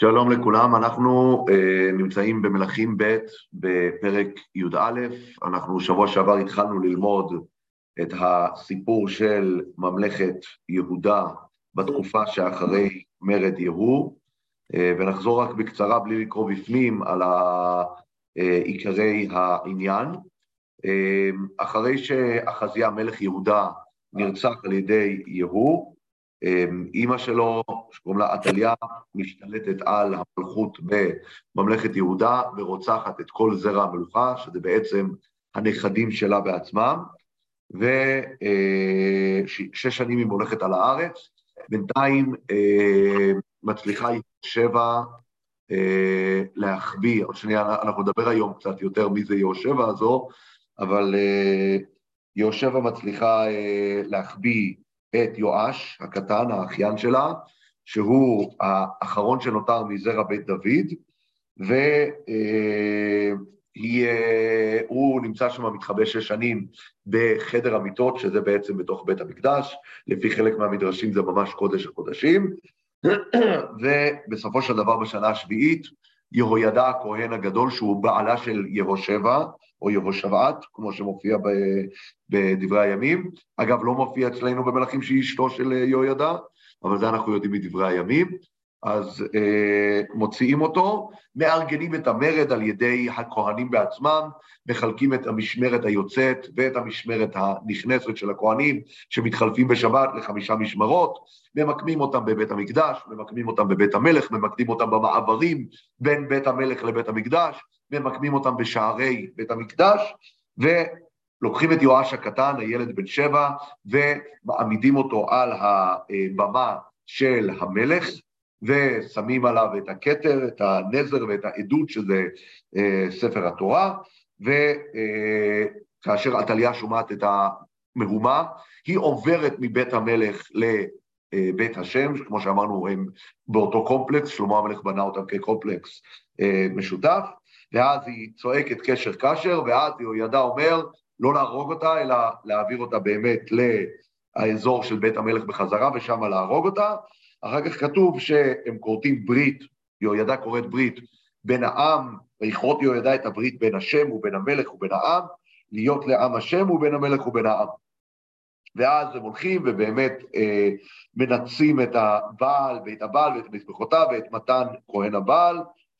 שלום לכולם, אנחנו נמצאים במלכים ב' בפרק י"א. אנחנו שבוע שעבר התחלנו ללמוד את הסיפור של ממלכת יהודה בתקופה שאחרי מרד יהוא, ונחזור רק בקצרה בלי לקרוא בפנים על עיקרי העניין. אחרי שאחזיה מלך יהודה נרצח על ידי יהוא, אמא שלו, שקוראים לה עתליה, משתלטת על המלכות בממלכת יהודה ורוצחת את כל זרע המלוכה, שזה בעצם הנכדים שלה בעצמם, ושש שנים היא מולכת על הארץ. בינתיים מצליחה יהושבע להחביא, עוד שנייה אנחנו נדבר היום קצת יותר מי זה יהושבע הזו, אבל יהושבע מצליחה להחביא את יואש הקטן, האחיין שלה, שהוא האחרון שנותר מזרע בית דוד, והוא נמצא שם מתחבא 6 שנים בחדר המיטות, שזה בעצם בתוך בית המקדש, לפי חלק מהמדרשים זה ממש קודש הקודשים, ובסופו של דבר בשנה השביעית, יהוידע הכהן הגדול, שהוא בעלה של יהושבע, או יהושבעת, כמו שמופיע בדברי הימים. אגב, לא מופיע אצלנו במלכים שהיא אשתו של יהוידע, אבל זה אנחנו יודעים מדברי הימים. אז מוציאים אותו, מארגנים את המרד על ידי הכהנים בעצמם, מחלקים את המשמרת היוצאת ואת המשמרת הנכנסת של הכהנים, שמתחלפים בשבת ל5 משמרות, ממקמים אותם בבית המקדש, ממקמים אותם בבית המלך, ממקמים אותם במעברים בין בית המלך לבית המקדש, ממקמים אותם בשערי בית המקדש, ולוקחים את יואש הקטן, הילד בן 7, ומעמידים אותו על הבמה של המלך, ושמים עליו את הכתר, את הנזר ואת העדות, שזה ספר התורה, וכאשר עתליה שומעת את המהומה, היא עוברת מבית המלך לבית השם, כמו שאמרנו, הם באותו קומפלקס, שלמה המלך בנה אותם כקומפלקס משותף, ואז היא צועקת קשר קשר, ואז יהוידע אומר, לא להרוג אותה, אלא להעביר אותה באמת לאזור של בית המלך בחזרה, ושם להרוג אותה. אחר כך כתוב שהם כורתים ברית, יהוידע כורת ברית בין העם, ויכרות יהוידע את הברית בין השם ובין המלך ובין העם, להיות לעם השם ובין המלך ובין העם. ואז הם הולכים ובאמת מנצים את הבעל ואת הבעל ואת מזבחותיו ואת מתן כהן הבעל,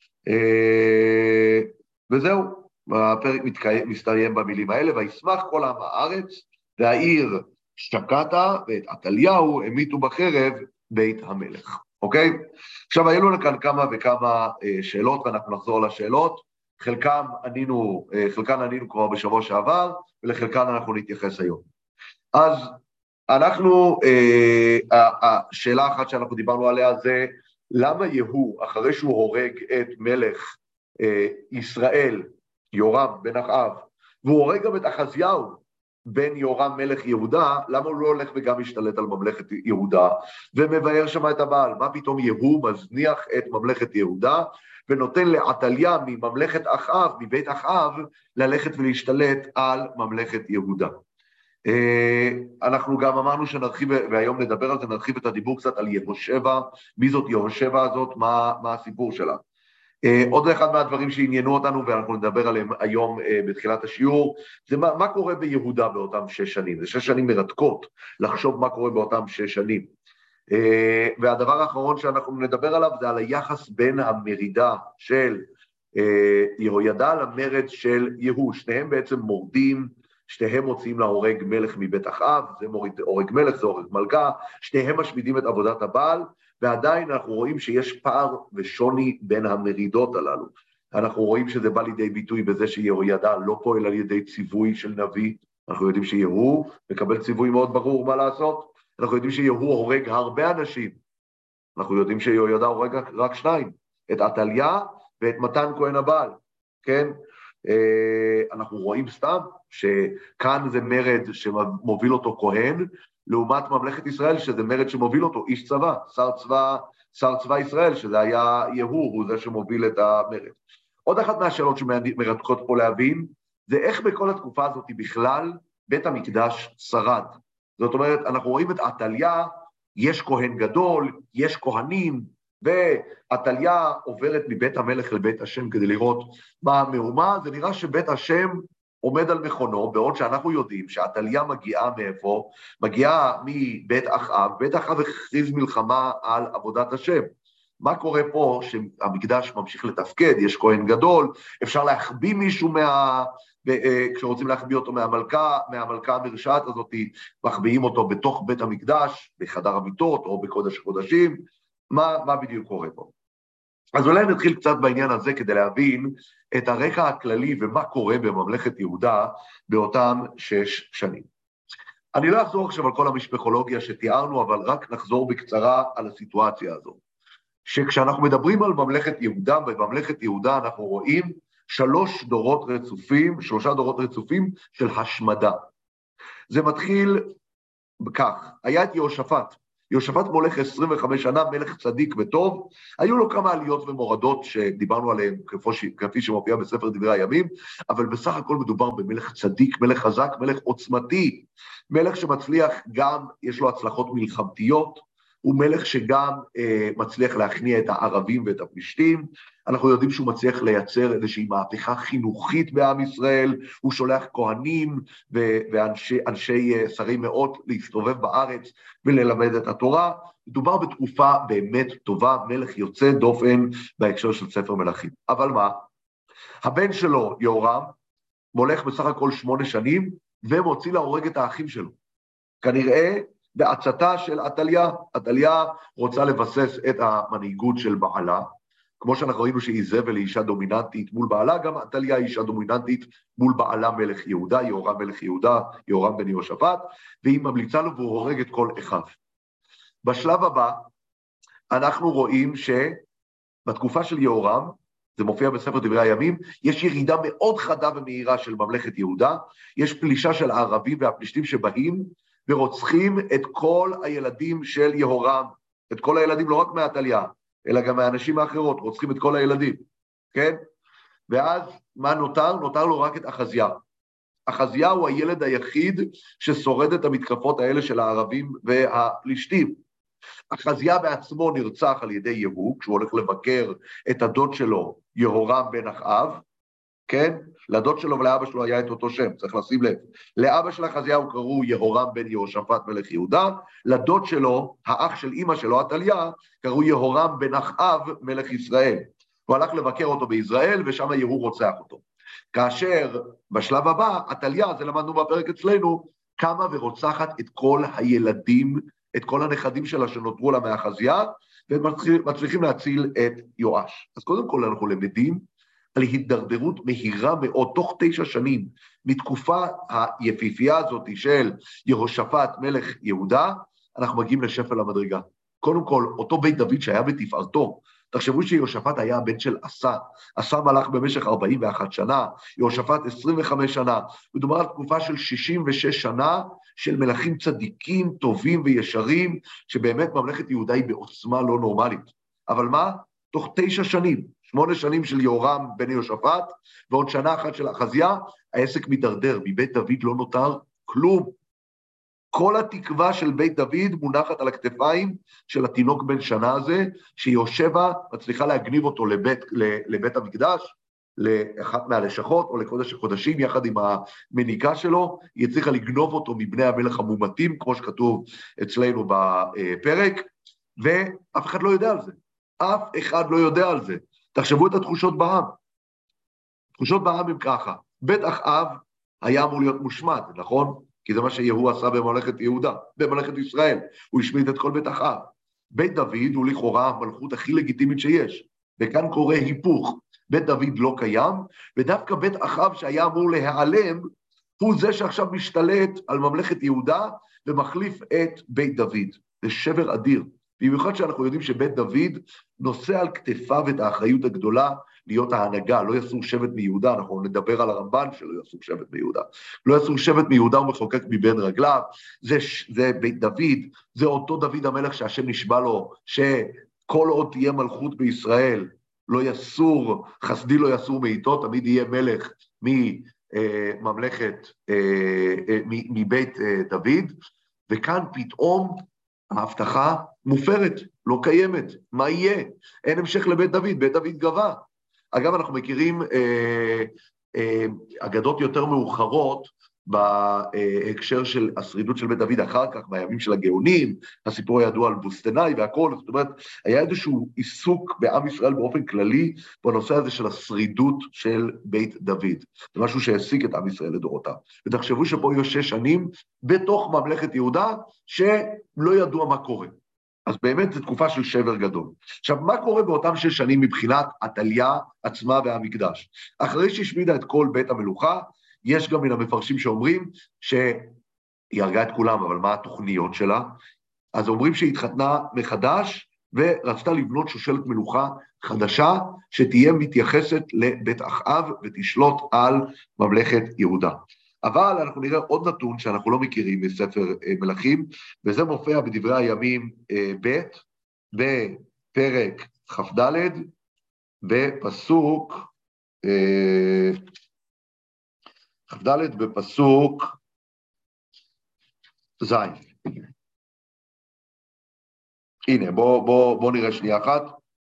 וזהו, הפרק מסתיים במילים האלה, וישמח כל עם הארץ, והעיר שקטה ואת עתליהו המיתו בחרב בית המלך, אוקיי? עכשיו, היו לנו כאן כמה וכמה שאלות, ואנחנו נחזור לשאלות, חלקן ענינו כבר בשבוע שעבר, ולחלקן אנחנו נתייחס היום. אז אנחנו, השאלה אחת שאנחנו דיברנו עליה זה, למה יהוא, אחרי שהוא הורג את מלך ישראל, יורם בן אחאב, והוא הורג גם את אחזיהו, בן יורם מלך יהודה, למה הוא לא הולך וגם משתלט על ממלכת יהודה, ומבאר שם את הבעל? מה פתאום יהוא מזניח את ממלכת יהודה, ונותן לעתליה מממלכת אחאב, מבית אחאב, ללכת ולהשתלט על ממלכת יהודה? אנחנו גם אמרנו שנרחיב, והיום נדבר על זה, נרחיב את הדיבור קצת על יהושבע, מי זאת יהושבע הזאת, מה הסיפור שלה. עוד אחד מהדברים שעניינו אותנו, ואנחנו נדבר עליהם היום בתחילת השיעור, זה מה קורה ביהודה באותם 6 שנים. זה 6 שנים מרתקות לחשוב מה קורה באותם 6 שנים. והדבר האחרון שאנחנו נדבר עליו זה על היחס בין המרידה של יהוידע למרד של יהוא. שניהם בעצם מורדים, שניהם מוציאים להורג מלך מבית אחאב, זה הורג מלך, זה הורג מלכה, שניהם משמידים את עבודת הבעל, ועדיין אנחנו רואים שיש פער ושוני בין המרידות הללו. אנחנו רואים שזה בא לידי ביטוי בזה שיהוידע לא פועל על ידי ציווי של נביא, אנחנו יודעים שיהוא מקבל ציווי מאוד ברור מה לעשות, אנחנו יודעים שיהוא הורג הרבה אנשים, אנחנו יודעים שיהוידע הורג רק 2, את עתליה ואת מתן כהן הבעל, כן? אנחנו רואים סתם שכאן זה מרד שמוביל אותו כהן, לעומת ממלכת ישראל, שזה מרד שמוביל אותו איש צבא, שר צבא ישראל, שזה היה יהוא, הוא זה שמוביל את המרד. עוד אחת מהשאלות שמרתקות פה להבין, זה איך בכל התקופה הזאת בכלל בית המקדש שרד. זאת אומרת, אנחנו רואים את עתליה, יש כהן גדול, יש כהנים, ועתליה עוברת מבית המלך לבית השם כדי לראות מה המהומה, זה נראה שבית השם עומד על מכונו, בעוד שאנחנו יודעים שעתליה מגיעה מאיפה, מגיעה מבית אחאב, בית אחאב הכריז מלחמה על עבודת השם. מה קורה פה שהמקדש ממשיך לתפקד, יש כהן גדול, אפשר להחביא מישהו כשרוצים להחביא אותו מהמלכה המרשעת הזאת, מחביאים אותו בתוך בית המקדש, בחדר המיטות או בקודש הקודשים, מה בדיוק קורה פה? אז אולי נתחיל קצת בעניין הזה כדי להבין את הרקע הכללי ומה קורה בממלכת יהודה באותם 6 שנים. אני לא אחזור עכשיו על כל המשפחולוגיה שתיארנו, אבל רק נחזור בקצרה על הסיטואציה הזו. שכשאנחנו מדברים על ממלכת יהודה, בממלכת יהודה אנחנו רואים 3 דורות רצופים של השמדה. זה מתחיל כך, היה את יהושפט. יהושפט מולך 25 שנה, מלך צדיק וטוב, היו לו כמה עליות ומורדות שדיברנו עליהן כפי שמופיע בספר דברי הימים, אבל בסך הכל מדובר במלך צדיק, מלך חזק, מלך עוצמתי, מלך שמצליח גם, יש לו הצלחות מלחמתיות, הוא מלך שגם מצליח להכניע את הערבים ואת הפלישתים, אנחנו יודעים שהוא מצליח לייצר איזושהי מהפכה חינוכית בעם ישראל, הוא שולח כהנים ואנשי שרי מאות להסתובב בארץ וללמד את התורה, מדובר בתקופה באמת טובה, מלך יוצא דופן בהקשר של ספר מלכים. אבל מה? הבן שלו, יהורם, מולך בסך הכל 8 שנים, ומוציא להורג את האחים שלו. כנראה, בעצתה של עתליה, עתליה רוצה לבסס את המנהיגות של בעלה, כמו שאנחנו ראינו שאיזבל היא אישה דומיננטית מול בעלה, גם עתליה היא אישה דומיננטית מול בעלה מלך יהודה, יהורם מלך יהודה, יהורם בן יהושפט, והיא ממליצה לו והוא הורג את כל אחיו. בשלב הבא, אנחנו רואים שבתקופה של יהורם, זה מופיע בספר דברי הימים, יש ירידה מאוד חדה ומהירה של ממלכת יהודה, יש פלישה של הערבים והפלישתים שבאים, ורוצחים את כל הילדים של יהורם, את כל הילדים לא רק מעתליה, אלא גם מהאנשים האחרות, רוצחים את כל הילדים, כן? ואז מה נותר? נותר לו רק את אחזיה. אחזיה הוא הילד היחיד ששורד את המתקפות האלה של הערבים והפלישתים. אחזיה בעצמו נרצח על ידי יהוא, כשהוא הולך לבקר את הדוד שלו, יהורם בן אחאב, כן? לדוד שלו ולאבא שלו היה את אותו שם, צריך לשים לב. לאבא של אחזיהו קראו יהורם בן יהושפט מלך יהודה, לדוד שלו, האח של אמא שלו, עתליה, קראו יהורם בן אחאב מלך ישראל. הוא הלך לבקר אותו בישראל, ושם יהוא רוצח אותו. כאשר בשלב הבא, עתליה, זה למדנו בפרק אצלנו, קמה ורוצחת את כל הילדים, את כל הנכדים שלה שנותרו לה מאחזיה, ומצליחים להציל את יואש. אז קודם כל אנחנו למדים, על הידרדרות מהירה מאוד, תוך 9 שנים, מתקופה היפיפייה הזאת של יהושפט מלך יהודה, אנחנו מגיעים לשפל המדרגה. קודם כל, אותו בית דוד שהיה בתפארתו, תחשבו שיהושפט היה הבן של עשה, עשה מלך במשך 41 שנה, יהושפט 25 שנה, מדובר על תקופה של 66 שנה, של מלכים צדיקים, טובים וישרים, שבאמת ממלכת יהודה היא בעוצמה לא נורמלית. אבל מה? תוך 9 שנים, 8 שנים של יהורם בן יהושפט, ועוד שנה אחת של אחזיה, העסק מתדרדר, מבית דוד לא נותר כלום. כל התקווה של בית דוד מונחת על הכתפיים של התינוק בן שנה הזה, שיושבה מצליחה להגניב אותו לבית המקדש, לאחת מהלשכות או לקודש הקודשים, יחד עם המניקה שלו, היא הצליחה לגנוב אותו מבני המלך המומתים, כמו שכתוב אצלנו בפרק, ואף אחד לא יודע על זה. אף אחד לא יודע על זה. תחשבו את התחושות בעם. תחושות בעם הם ככה. בית אחאב היה אמור להיות מושמד, נכון? כי זה מה שיהוא עשה בממלכת יהודה, בממלכת ישראל. הוא השמיד את כל בית אחאב. בית דוד הוא לכאורה המלכות הכי לגיטימית שיש. וכאן קורה היפוך. בית דוד לא קיים, ודווקא בית אחאב שהיה אמור להיעלם, הוא זה שעכשיו משתלט על ממלכת יהודה, ומחליף את בית דוד. זה שבר אדיר. במיוחד שאנחנו יודעים שבית דוד נושא על כתפיו את האחריות הגדולה להיות ההנהגה, לא יסור שבט מיהודה, אנחנו נדבר על הרמב"ן שלא יסור שבט מיהודה, לא יסור שבט מיהודה ומחוקק מבין רגליו, זה בית דוד, זה אותו דוד המלך שהשם נשבע לו, שכל עוד תהיה מלכות בישראל, לא יסור, חסדי לא יסור מאיתו, תמיד יהיה מלך מממלכת, מבית דוד, וכאן פתאום ההבטחה מופרת, לא קיימת, מה יהיה? אין המשך לבית דוד, בית דוד גבה. אגב, אנחנו מכירים אגדות יותר מאוחרות, בהקשר של השרידות של בית דוד אחר כך, בימים של הגאונים, הסיפור הידוע על בוסטנאי והכל, זאת אומרת, היה איזשהו עיסוק בעם ישראל באופן כללי, בנושא הזה של השרידות של בית דוד. זה משהו שהעסיק את עם ישראל לדורותיו. ותחשבו שפה יש 6 שנים, בתוך ממלכת יהודה, שלא ידוע מה קורה. אז באמת זו תקופה של שבר גדול. עכשיו, מה קורה באותם 6 שנים מבחינת עתליה עצמה והמקדש? אחרי שהשמידה את כל בית המלוכה, יש גם מן המפרשים שאומרים שהיא הרגה את כולם, אבל מה התוכניות שלה? אז אומרים שהיא התחתנה מחדש, ורצתה לבנות שושלת מלוכה חדשה, שתהיה מתייחסת לבית אחאב, ותשלוט על ממלכת יהודה. אבל אנחנו נראה עוד נתון שאנחנו לא מכירים מספר מלכים, וזה מופיע בדברי הימים ב' בפרק כ"ד, בפסוק כ"ד בפסוק ז'. הנה, בוא נראה שנייה אחת.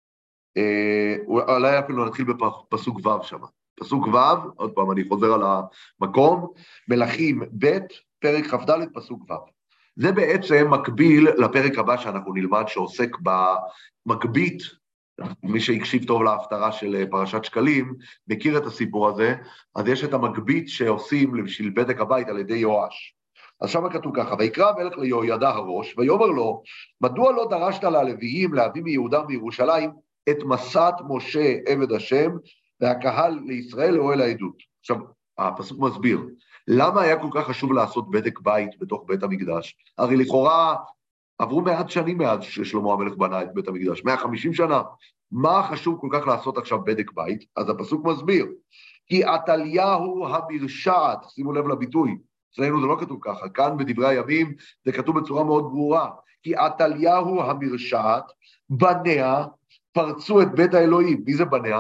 אולי אפילו נתחיל בפסוק ו' שם. פסוק ו', עוד פעם אני חוזר על המקום, מלכים ב', פרק כ"ד, פסוק ו'. זה בעצם מקביל לפרק הבא שאנחנו נלמד, שעוסק במגבית, מי שהקשיב טוב להפטרה של פרשת שקלים, מכיר את הסיפור הזה, אז יש את המגבית שעושים בשביל בדק הבית על ידי יואש. אז שם כתוב ככה, ויקרא המלך ליהוידע הראש, ויאמר לו, מדוע לא דרשת ללוויים להביא מיהודה מירושלים את מסעת משה עבד השם, והקהל לישראל לאוהל העדות? עכשיו, הפסוק מסביר, למה היה כל כך חשוב לעשות בדק בית בתוך בית המקדש? הרי לכאורה עברו 100 שנים מאז ששלמה המלך בנה את בית המקדש, 150 שנה. מה חשוב כל כך לעשות עכשיו בדק בית? אז הפסוק מסביר, כי עתליהו המרשעת, שימו לב לביטוי, אצלנו זה לא כתוב ככה, כאן בדברי הימים זה כתוב בצורה מאוד ברורה, כי עתליהו המרשעת, בניה פרצו את בית האלוהים. מי זה בניה?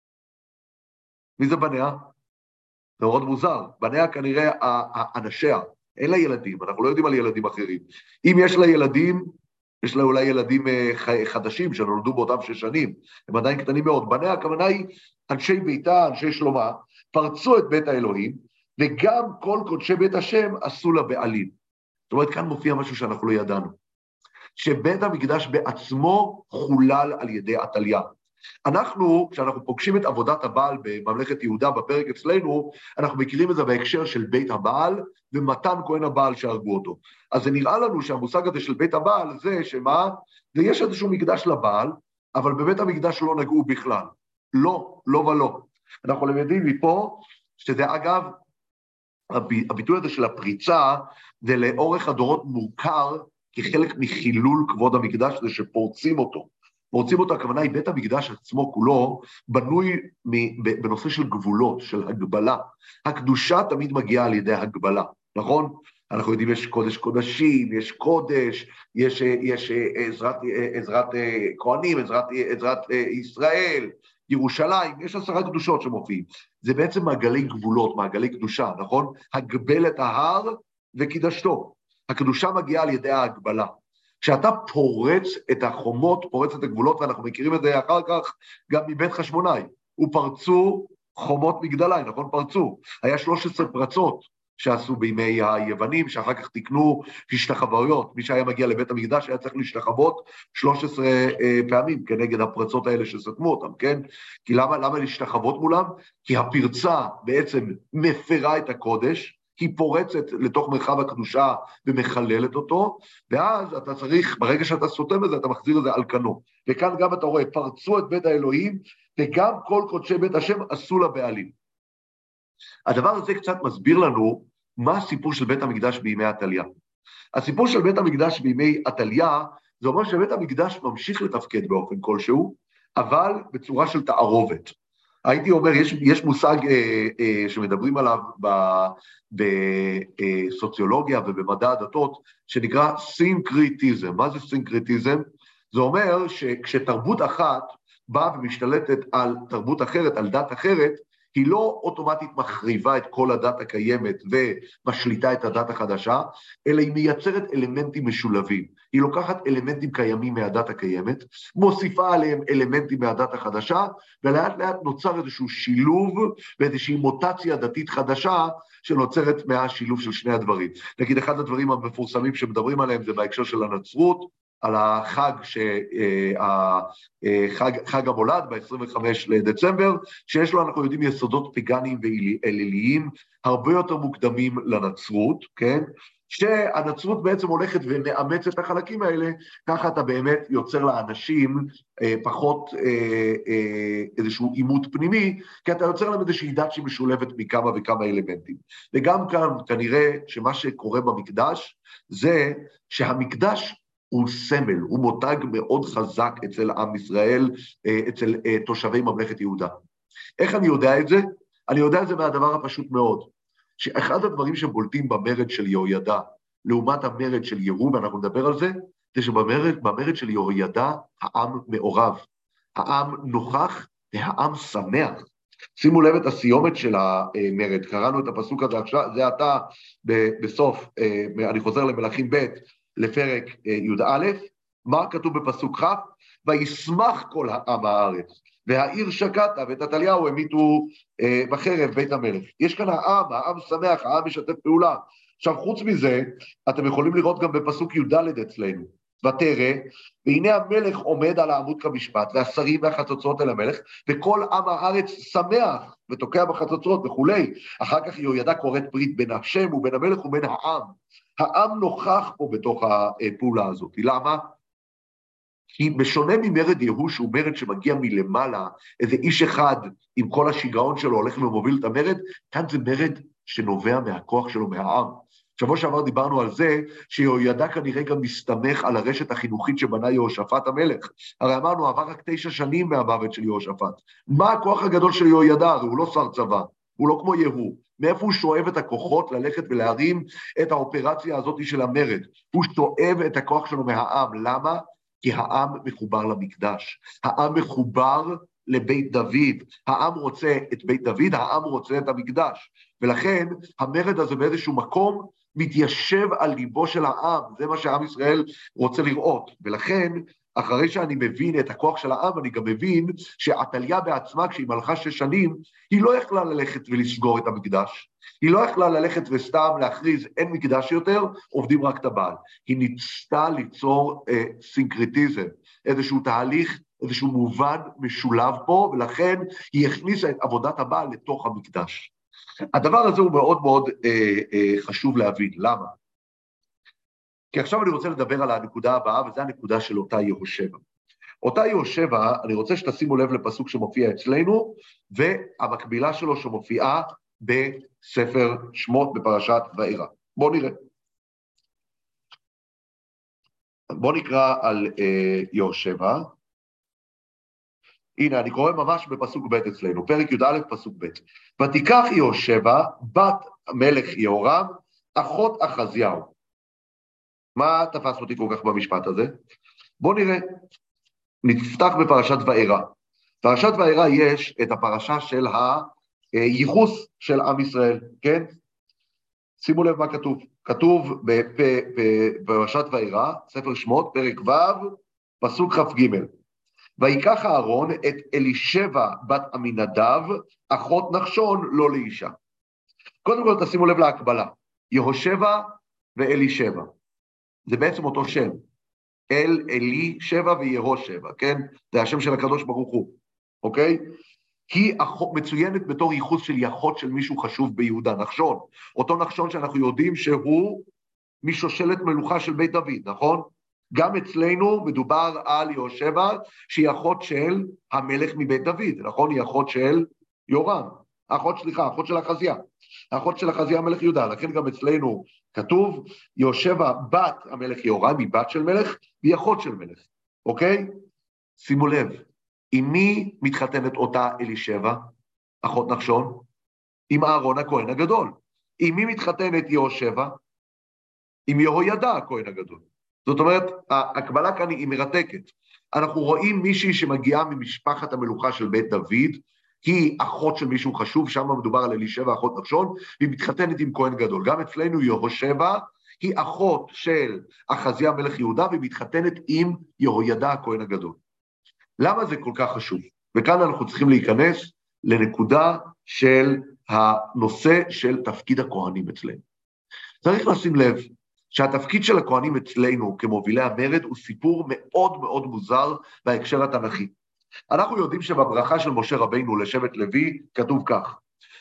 מי זה בניה? זה מאוד מוזר, בניה כנראה אנשיה, אין לה ילדים, אנחנו לא יודעים על ילדים אחרים. אם יש לה ילדים, יש לה אולי ילדים חדשים שנולדו באותם 6 שנים, הם עדיין קטנים מאוד. בניה הכוונה היא אנשי ביתה, אנשי שלמה, פרצו את בית האלוהים, וגם כל קודשי בית השם עשו לה בעלים. זאת אומרת, כאן מופיע משהו שאנחנו לא ידענו, שבית המקדש בעצמו חולל על ידי עתליה. אנחנו, כשאנחנו פוגשים את עבודת הבעל בממלכת יהודה בפרק אצלנו, אנחנו מכירים את זה בהקשר של בית הבעל, ומתן כהן הבעל שהרגו אותו. אז זה נראה לנו שהמושג הזה של בית הבעל זה שמה? זה יש איזשהו מקדש לבעל, אבל בבית המקדש לא נגעו בכלל. לא, לא ולא. אנחנו למדים מפה, שזה אגב, הביטוי הזה של הפריצה, זה לאורך הדורות מוכר, כחלק מחילול כבוד המקדש, זה שפורצים אותו. פורצים אותו, הכוונה היא בית המקדש עצמו כולו, בנוי בנושא של גבולות, של הגבלה. הקדושה תמיד מגיעה על ידי הגבלה, נכון? אנחנו יודעים, יש קודש קודשים, יש קודש, יש עזרת כהנים, עזרת ישראל, ירושלים, יש 10 קדושות שמופיעים. זה בעצם מעגלי גבולות, מעגלי קדושה, נכון? הגבל את ההר וקידשתו. הקדושה מגיעה על ידי ההגבלה. כשאתה פורץ את החומות, פורץ את הגבולות, ואנחנו מכירים את זה אחר כך גם מבית חשמונאי, ופרצו חומות מגדלי, נכון? פרצו. היה 13 פרצות שעשו בימי היוונים, שאחר כך תקנו השתחוויות. מי שהיה מגיע לבית המקדש היה צריך להשתחוות 13 פעמים כנגד הפרצות האלה שסתמו אותם, כן? כי למה להשתחוות מולם? כי הפרצה בעצם מפרה את הקודש, היא פורצת לתוך מרחב הקדושה ומחללת אותו, ואז אתה צריך, ברגע שאתה סותם את זה, אתה מחזיר את זה על כנו. וכאן גם אתה רואה, פרצו את בית האלוהים, וגם כל קודשי בית השם עשו לבעלים. הדבר הזה קצת מסביר לנו מה הסיפור של בית המקדש בימי עתליה. הסיפור של בית המקדש בימי עתליה, זה אומר שבית המקדש ממשיך לתפקד באופן כלשהו, אבל בצורה של תערובת. הייתי אומר, יש מושג שמדברים עליו בסוציולוגיה ובמדע הדתות, שנקרא סינקריטיזם. מה זה סינקריטיזם? זה אומר שכשתרבות אחת באה ומשתלטת על תרבות אחרת, על דת אחרת, היא לא אוטומטית מחריבה את כל הדת הקיימת ומשליטה את הדת החדשה, אלא היא מייצרת אלמנטים משולבים. היא לוקחת אלמנטים קיימים מהדת הקיימת, מוסיפה עליהם אלמנטים מהדת החדשה, ולאט לאט נוצר איזשהו שילוב ואיזושהי מוטציה דתית חדשה שנוצרת מהשילוב של שני הדברים. נגיד, אחד הדברים המפורסמים שמדברים עליהם זה בהקשר של הנצרות, על החג, חג המולד ב-25 לדצמבר, שיש לו, אנחנו יודעים, יסודות פגניים ואליליים, הרבה יותר מוקדמים לנצרות, כן? שהנצרות בעצם הולכת ומאמצת את החלקים האלה, ככה אתה באמת יוצר לאנשים פחות איזשהו עימות פנימי, כי אתה יוצר להם איזושהי דת שמשולבת מכמה וכמה אלמנטים. וגם כאן כנראה שמה שקורה במקדש, זה שהמקדש הוא סמל, הוא מותג מאוד חזק אצל עם ישראל, אצל תושבי ממלכת יהודה. איך אני יודע את זה? אני יודע את זה מהדבר הפשוט מאוד, שאחד הדברים שבולטים במרד של יהוידע, לעומת המרד של יהוא, ואנחנו נדבר על זה, זה שבמרד של יהוידע העם מעורב, העם נוכח והעם שמח. שימו לב את הסיומת של המרד, קראנו את הפסוק הזה עכשיו, זה עתה בסוף, אני חוזר למלכים ב' לפרק י"א, מה כתוב בפסוק כ'? וישמח כל העם הארץ, והעיר שקטה, ואת עתליהו המיתו בחרב בית המלך. יש כאן העם שמח, העם משתף פעולה. עכשיו, חוץ מזה, אתם יכולים לראות גם בפסוק י"ד אצלנו, ותראה, והנה המלך עומד על העמוד כמשפט, והשרים והחצוצרות אל המלך, וכל עם הארץ שמח, ותוקע בחצוצרות וכולי. אחר כך יהוידע כורת ברית בין השם ובין המלך ובין העם. העם נוכח פה בתוך הפעולה הזאת. למה? כי בשונה ממרד יהוא, שהוא מרד שמגיע מלמעלה, איזה איש אחד עם כל השיגעון שלו הולך ומוביל את המרד, כאן זה מרד שנובע מהכוח שלו מהעם. שבוע שעבר דיברנו על זה שיהוידע כנראה גם מסתמך על הרשת החינוכית שבנה יהושפט המלך. הרי אמרנו, עבר רק 9 שנים מהמוות של יהושפט. מה הכוח הגדול של יהוידע? הרי הוא לא שר צבא, הוא לא כמו יהוא. מאיפה הוא שואב את הכוחות ללכת ולהרים את האופרציה הזאת של המרד? הוא שואב את הכוח שלו מהעם. למה? כי העם מחובר למקדש. העם מחובר לבית דוד. העם רוצה את בית דוד, העם רוצה את המקדש. ולכן המרד הזה באיזשהו מקום מתיישב על ליבו של העם. זה מה שהעם ישראל רוצה לראות. ולכן, אחרי שאני מבין את הכוח של העם, אני גם מבין שעתליה בעצמה, כשהיא מלכה 6 שנים, היא לא יכלה ללכת ולסגור את המקדש. היא לא יכלה ללכת וסתם להכריז, אין מקדש יותר, עובדים רק את הבעל. היא ניסתה ליצור סינקרטיזם, איזשהו תהליך, איזשהו מובן משולב פה, ולכן היא הכניסה את עבודת הבעל לתוך המקדש. הדבר הזה הוא מאוד מאוד חשוב להבין. למה? כי עכשיו אני רוצה לדבר על הנקודה הבאה, וזו הנקודה של אותה יהושבע. אותה יהושבע, אני רוצה שתשימו לב לפסוק שמופיע אצלנו, והמקבילה שלו שמופיעה בספר שמות בפרשת וארא. בואו נראה. בואו נקרא על יהושבע. הנה, אני קורא ממש בפסוק ב' אצלנו, פרק י"א פסוק ב'. ותיקח יהושבע, בת המלך יהורם, אחות אחזיהו. מה תפס אותי כל כך במשפט הזה? בואו נראה. נפתח בפרשת וארא. פרשת וארא יש את הפרשה של הייחוס של עם ישראל, כן? שימו לב מה כתוב. כתוב בפרשת וארא, ספר שמות, פרק ו', פסוק כ"ג. ויקח אהרון את אלישבע בת עמינדב, אחות נחשון, לא לאישה. קודם כל תשימו לב להקבלה. יהושבע ואלישבע. זה בעצם אותו שם. אלישבע ויהושבע, כן? זה השם של הקדוש ברוך הוא, אוקיי? היא מצוינת בתור ייחוס של אחות של מישהו חשוב ביהודה, נחשון. אותו נחשון שאנחנו יודעים שהוא משושלת מלוכה של בית דוד, נכון? גם אצלנו מדובר על יהושבע, שהיא אחות של המלך מבית דוד, נכון? היא אחות של יורם, אחות של אחזיה, אחות של אחזיה מלך יהודה, לכן גם אצלנו כתוב, יהושבע בת המלך יהורם, היא בת של מלך, והיא אחות של מלך, אוקיי? שימו לב, עם מי מתחתנת אותה אלישבע, אחות נחשון? עם אהרון הכהן הגדול. עם מי מתחתנת יהושבע? עם יהוידע הכהן הגדול. זאת אומרת, ההקבלה כאן היא מרתקת. אנחנו רואים מישהי שמגיעה ממשפחת המלוכה של בית דוד, היא אחות של מישהו חשוב, שם מדובר על אלישבע אחות נחשון, והיא מתחתנת עם כהן גדול. גם אצלנו יהושבע היא אחות של אחזיה מלך יהודה, והיא מתחתנת עם יהוידע הכהן הגדול. למה זה כל כך חשוב? וכאן אנחנו צריכים להיכנס לנקודה של הנושא של תפקיד הכהנים אצלנו. צריך לשים לב שהתפקיד של הכהנים אצלנו כמובילי המרד הוא סיפור מאוד מאוד מוזר בהקשר התנ"כי. אנחנו יודעים שבברכה של משה רבינו לשבט לוי כתוב כך,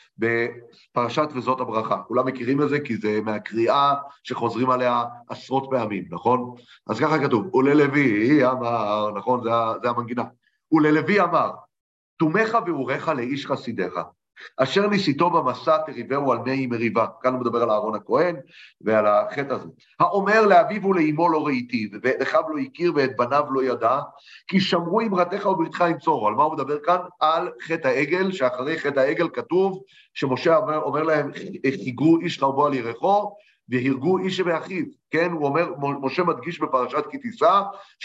בפרשת וזאת הברכה. כולם מכירים את זה כי זה מהקריאה שחוזרים עליה עשרות פעמים, נכון? אז ככה כתוב, וללוי אמר, נכון? זה המנגינה. וללוי אמר, תומך ואורך לאיש חסידיך, אשר ניסיתו במסע תריבהו על מי מריבה. כאן הוא מדבר על אהרון הכהן ועל החטא הזה. האומר לאביו ולאמו לא ראיתי, ואת אחיו לא הכיר ואת בניו לא ידע, כי שמרו אמרתך ובריתך ינצורו. על מה הוא מדבר כאן? על חטא העגל, שאחרי חטא העגל כתוב שמשה אומר להם, חיגרו איש חרבו על ירחו, והרגו איש באחיו. כן, הוא אומר, משה מדגיש בפרשת כי תישא,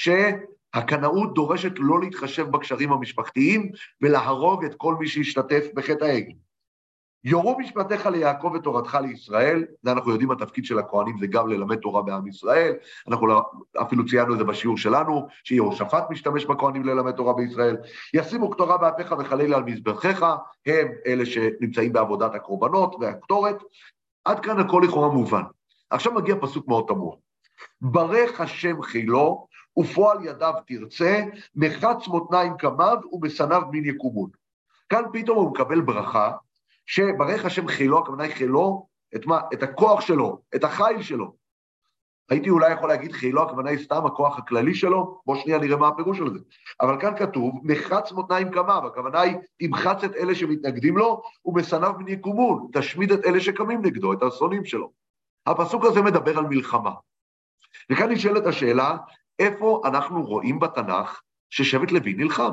הקנאות דורשת לא להתחשב בקשרים המשפחתיים, ולהרוג את כל מי שישתתף בחטא העגל. יורו משפטיך ליעקב ותורתך לישראל, זה אנחנו יודעים התפקיד של הכהנים, זה גם ללמד תורה בעם ישראל, אנחנו אפילו ציינו את זה בשיעור שלנו, שיהושפט משתמש בכהנים ללמד תורה בישראל, ישימו קטורה באפיך וחליל על מזבחך, הם אלה שנמצאים בעבודת הקורבנות והקטורת, עד כאן הכל לכאורה מובן. עכשיו מגיע פסוק מאוד תמוה, ברך השם חילו, ופועל ידיו תרצה, מחץ מותניים קמיו, ובשניו מין יקומון. כאן פתאום הוא מקבל ברכה, שברך השם חילו, הכוונה היא חילו, את מה? את הכוח שלו, את החיל שלו. הייתי אולי יכול להגיד חילו, הכוונה היא סתם הכוח הכללי שלו, בוא שנייה נראה מה הפירוש של זה. אבל כאן כתוב, מחץ מותניים קמיו, הכוונה היא תמחץ את אלה שמתנגדים לו, ובשניו מין יקומון, תשמיד את אלה שקמים נגדו, את האסונים שלו. הפסוק הזה מדבר על מלחמה. וכאן נשאלת השאלה, איפה אנחנו רואים בתנ"ך ששבט לוי נלחם?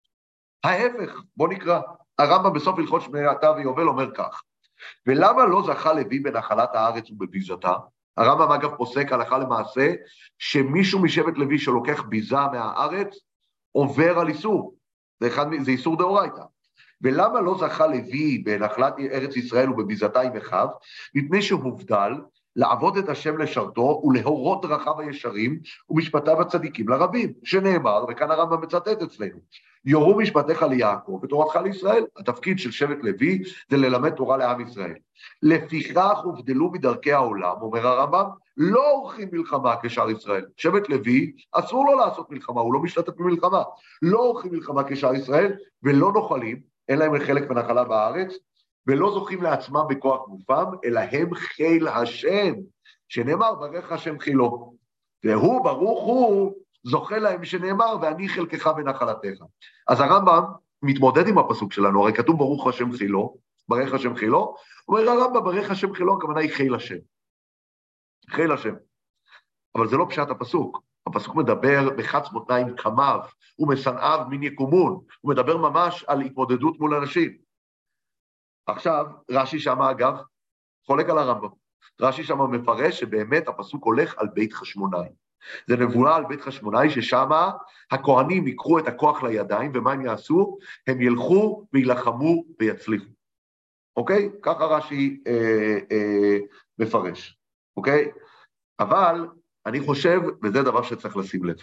ההפך, בוא נקרא, הרמב"ם בסוף הלכות שמעתה ויובל אומר כך, ולמה לא זכה לוי בנחלת הארץ ובביזתה? הרמב"ם אגב פוסק הלכה למעשה, שמישהו משבט לוי שלוקח ביזה מהארץ, עובר על איסור, זה איסור דאורייתא. ולמה לא זכה לוי בנחלת ארץ ישראל ובביזתה עם אחיו? מפני שהובדל, לעבוד את השם לשרתו ולהורות דרכיו הישרים ומשפטיו הצדיקים לרבים, שנאמר, וכאן הרמב"ם מצטט אצלנו, יורו משפטיך ליעקב ותורתך לישראל. התפקיד של שבט לוי זה ללמד תורה לעם ישראל. לפיכך הובדלו מדרכי העולם, אומר הרמב"ם, לא עורכים מלחמה כשאר ישראל. שבט לוי אסור לו לעשות מלחמה, הוא לא משתתף במלחמה. לא עורכים מלחמה כשאר ישראל ולא נוחלים, אין להם חלק ונחלה בארץ, ולא זוכים לעצמם בכוח גופם, אלא הם חיל השם, שנאמר ברך השם חילו. והוא ברוך הוא זוכה להם שנאמר, ואני חלקך ונחלתך. אז הרמב"ם מתמודד עם הפסוק שלנו, הרי כתוב ברוך השם חילו, ברך השם חילו, אומר הרמב"ם ברך השם חילו, הכוונה היא חיל השם. חיל השם. אבל זה לא פשט הפסוק. הפסוק מדבר בחץ מותניים קמיו, ומשנאיו מין יקומון, הוא מדבר ממש על התמודדות מול אנשים. עכשיו, רש"י שם אגב, חולק על הרמב"ם. רש"י שם מפרש שבאמת הפסוק הולך על בית חשמונאי. זה נבואה על בית חשמונאי ששם הכהנים יקחו את הכוח לידיים, ומה הם יעשו? הם ילכו וילחמו ויצליחו. אוקיי? ככה רש"י מפרש. אוקיי? אבל אני חושב, וזה דבר שצריך לשים לב,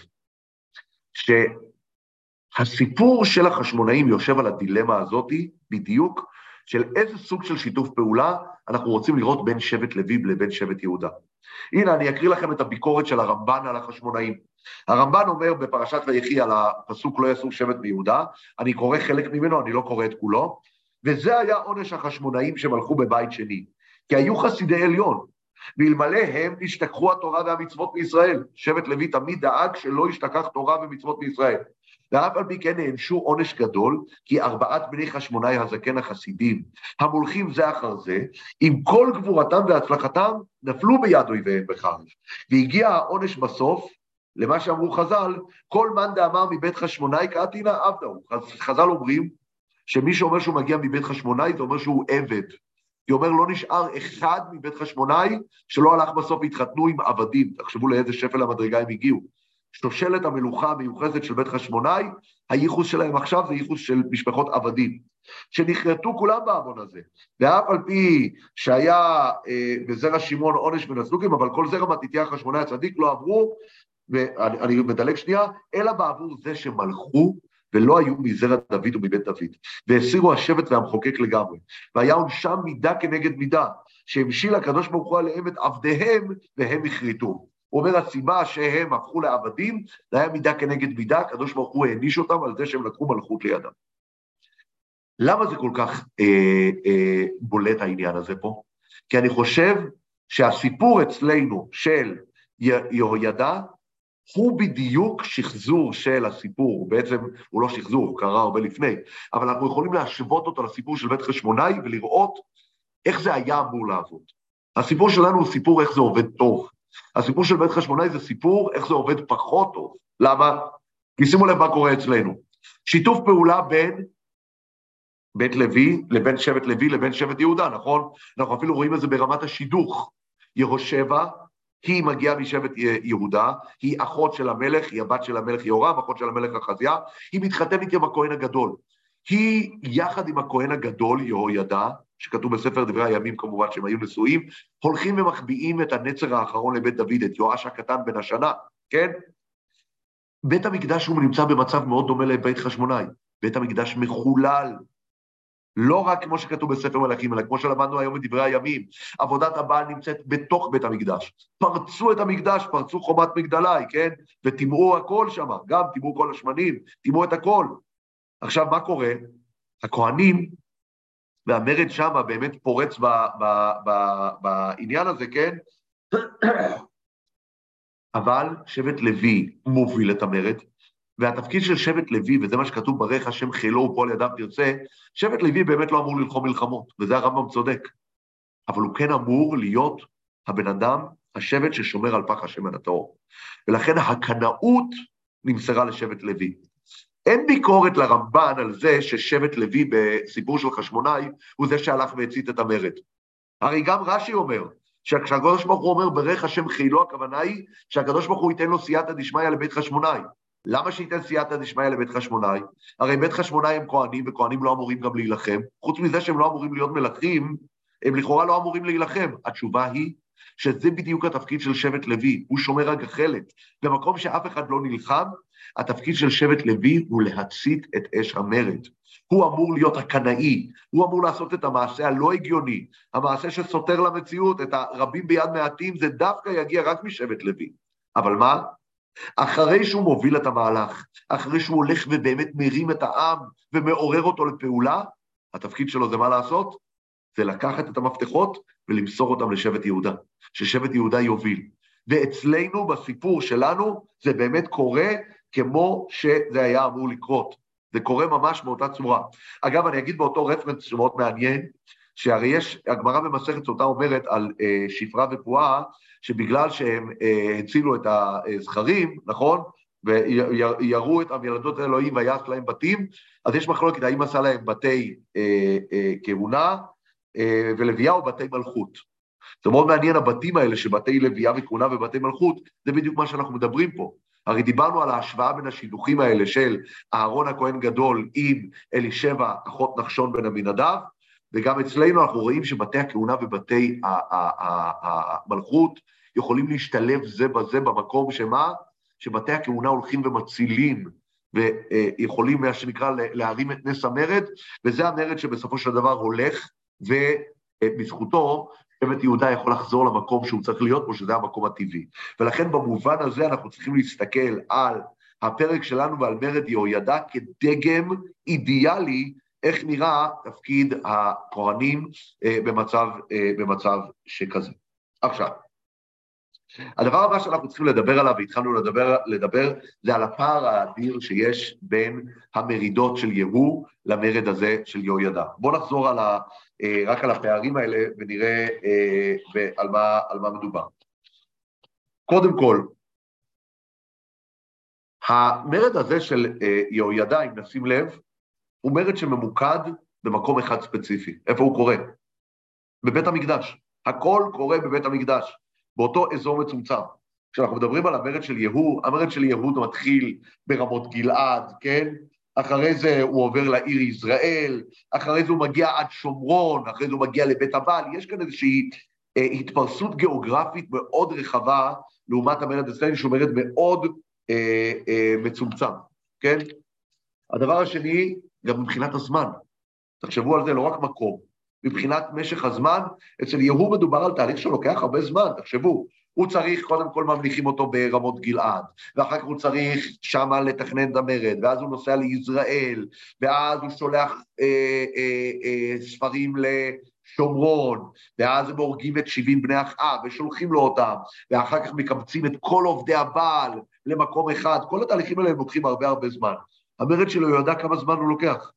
שהסיפור של החשמונאים יושב על הדילמה הזאת בדיוק, של איזה סוג של שיתוף פעולה אנחנו רוצים לראות בין שבט לוי לבין שבט יהודה. הנה, אני אקריא לכם את הביקורת של הרמב"ן על החשמונאים. הרמב"ן אומר בפרשת ויחי על הפסוק לא יסור שבט ביהודה, אני קורא חלק ממנו, אני לא קורא את כולו, וזה היה עונש החשמונאים שמלכו בבית שני, כי היו חסידי עליון, ואלמלא הם השתכחו התורה והמצוות בישראל. שבט לוי תמיד דאג שלא ישתכח תורה ומצוות בישראל. ואף על פי כן נענשו עונש גדול, כי 4 בני חשמונאי הזקן החסידים, המולכים זה אחר זה, עם כל גבורתם והצלחתם, נפלו ביד אויביהם בחרב. והגיע העונש בסוף, למה שאמרו חז"ל, כל מאן דאמר מבית חשמונאי קאתינא עבדהו. חז"ל אומרים, שמי שאומר שהוא מגיע מבית חשמונאי, זה אומר שהוא עבד. כי אומר, לא נשאר אחד מבית חשמונאי, שלא הלך בסוף והתחתנו עם עבדים. תחשבו לאיזה שפל המדרגה הם הגיעו. שושלת המלוכה המיוחסת של בית חשמונאי, הייחוס שלהם עכשיו זה ייחוס של משפחות עבדים. שנחרטו כולם בעוון הזה, ואף על פי שהיה בזרע שמעון עונש ונסלוקים, אבל כל זרע מתתיהו חשמונאי הצדיק לא עברו, ואני מדלג שנייה, אלא בעבור זה שמלכו, ולא היו מזרע דוד ומבית דוד, והסירו השבט והמחוקק לגמרי, והיה עונשם מידה כנגד מידה, שהמשיל הקדוש ברוך הוא עליהם את עבדיהם, והם הכריתו. הוא אומר, הסיבה שהם הפכו לעבדים, זה היה מידה כנגד מידה, הקדוש ברוך הוא העניש אותם על זה שהם לקחו מלכות לידם. למה זה כל כך בולט העניין הזה פה? כי אני חושב שהסיפור אצלנו של יהוידע, הוא בדיוק שחזור של הסיפור, בעצם הוא לא שחזור, הוא קרה הרבה לפני, אבל אנחנו יכולים להשוות אותו לסיפור של בית חשמונאי, ולראות איך זה היה אמור לעבוד. הסיפור שלנו הוא סיפור איך זה עובד טוב. הסיפור של בית חשמונאי זה סיפור איך זה עובד פחות טוב. למה? כי שימו לב מה קורה אצלנו. שיתוף פעולה בין בית לוי, לבין שבט לוי, לבין שבט יהודה, נכון? אנחנו אפילו רואים את זה ברמת השידוך. יהושבע, היא מגיעה משבט יהודה, היא אחות של המלך, היא הבת של המלך יהורם, אחות של המלך אחזיה, היא מתחתנת עם הכהן הגדול. היא יחד עם הכהן הגדול, יהוידע, שכתוב בספר דברי הימים כמובן שהם היו נשואים, הולכים ומחביאים את הנצר האחרון לבית דוד, את יואש הקטן בן השנה, כן? בית המקדש הוא נמצא במצב מאוד דומה לבית חשמונאי, בית המקדש מחולל, לא רק כמו שכתוב בספר מלכים, אלא כמו שלמדנו היום בדברי הימים, עבודת הבעל נמצאת בתוך בית המקדש, פרצו את המקדש, פרצו חומת מגדלי, כן? ותימרו הכל שם, גם תימרו כל השמנים, תימרו את הכל. עכשיו מה קורה? הכהנים, והמרד שם באמת פורץ בעניין הזה, כן? אבל שבט לוי מוביל את המרד, והתפקיד של שבט לוי, וזה מה שכתוב ברך השם חילו ופועל ידם תרצה, שבט לוי באמת לא אמור ללחום מלחמות, וזה הרמב"ם צודק, אבל הוא כן אמור להיות הבן אדם, השבט ששומר על פח השמן הטהור, ולכן הקנאות נמסרה לשבט לוי. אין ביקורת לרמב"ן על זה ששבט לוי בסיפור של חשמונאי, הוא זה שהלך והצית את המרד. הרי גם רש"י אומר, כשהקדוש ברוך הוא אומר ברך השם חילו, הכוונה היא שהקדוש ברוך הוא ייתן לו סייעתא דשמיא לבית חשמונאי. למה שייתן סייעתא דשמיא לבית חשמונאי? הרי בית חשמונאי הם כהנים, וכהנים לא אמורים גם להילחם. חוץ מזה שהם לא אמורים להיות מלכים, הם לכאורה לא אמורים להילחם. התשובה היא שזה בדיוק התפקיד של שבט לוי, הוא שומר הגחלת. במקום שאף אחד לא נלחם, התפקיד של שבט לוי הוא להצית את אש המרד. הוא אמור להיות הקנאי, הוא אמור לעשות את המעשה הלא הגיוני, המעשה שסותר למציאות, את הרבים ביד מעטים, זה דווקא יגיע רק משבט לוי. אבל מה? אחרי שהוא מוביל את המהלך, אחרי שהוא הולך ובאמת מרים את העם ומעורר אותו לפעולה, התפקיד שלו זה מה לעשות? זה לקחת את המפתחות ולמסור אותם לשבט יהודה, ששבט יהודה יוביל. ואצלנו בסיפור שלנו זה באמת קורה כמו שזה היה אמור לקרות. זה קורה ממש באותה צורה. אגב, אני אגיד באותו רפרנס שמאוד מעניין, שהרי יש, הגמרא במסכת סוטה אומרת על שפרה ופועה, שבגלל שהם הצילו את הזכרים, נכון? ויראו את המילדות האלוהים ויעש להם בתים, אז יש מחלוקת האם עשה להם בתי כהונה, ולוויה או בתי מלכות. זה מאוד מעניין הבתים האלה, שבתי לוויה וכהונה ובתי מלכות, זה בדיוק מה שאנחנו מדברים פה. הרי דיברנו על ההשוואה בין השידוכים האלה של אהרון הכהן גדול עם אלישבע, אחות נחשון בן עמינדב, וגם אצלנו אנחנו רואים שבתי הכהונה ובתי המלכות יכולים להשתלב זה בזה במקום שמה? שבתי הכהונה הולכים ומצילים, ויכולים מה שנקרא להרים את נס המרד, וזה המרד שבסופו של דבר הולך, ובזכותו שבט יהודה יכול לחזור למקום שהוא צריך להיות בו, שזה המקום הטבעי. ולכן במובן הזה אנחנו צריכים להסתכל על הפרק שלנו ועל מרד יהוידע כדגם אידיאלי, איך נראה תפקיד הכהנים במצב שכזה. עכשיו, הדבר הבא שאנחנו צריכים לדבר עליו, והתחלנו לדבר, זה על הפער האדיר שיש בין המרידות של יהוא למרד הזה של יהוידע. בואו נחזור רק על הפערים האלה ונראה על מה מדובר. קודם כל, המרד הזה של יהוידע, אם נשים לב, הוא מרד שממוקד במקום אחד ספציפי. איפה הוא קורה? בבית המקדש. הכל קורה בבית המקדש, באותו אזור מצומצם. כשאנחנו מדברים על המרד של יהוא, המרד של יהוא מתחיל ברמות גלעד, כן? אחרי זה הוא עובר לעיר יזרעאל, אחרי זה הוא מגיע עד שומרון, אחרי זה הוא מגיע לבית הבעל, יש כאן איזושהי התפרסות גיאוגרפית מאוד רחבה, לעומת המרד אצלנו, שהוא מרד מאוד מצומצם, כן? הדבר השני, גם מבחינת הזמן, תחשבו על זה, לא רק מקום, מבחינת משך הזמן, אצל יהוא מדובר על תהליך שלוקח הרבה זמן, תחשבו, הוא צריך, קודם כל ממליכים אותו ברמות גלעד, ואחר כך הוא צריך שמה לתכנן את המרד, ואז הוא נוסע ליזרעאל, ואז הוא שולח ספרים לשומרון, ואז הם הורגים את 70 בני אחאב, ושולחים לו אותם, ואחר כך מקבצים את כל עובדי הבעל למקום אחד, כל התהליכים האלה הם לוקחים הרבה הרבה זמן. המרד שלו יודע כמה זמן הוא לוקח,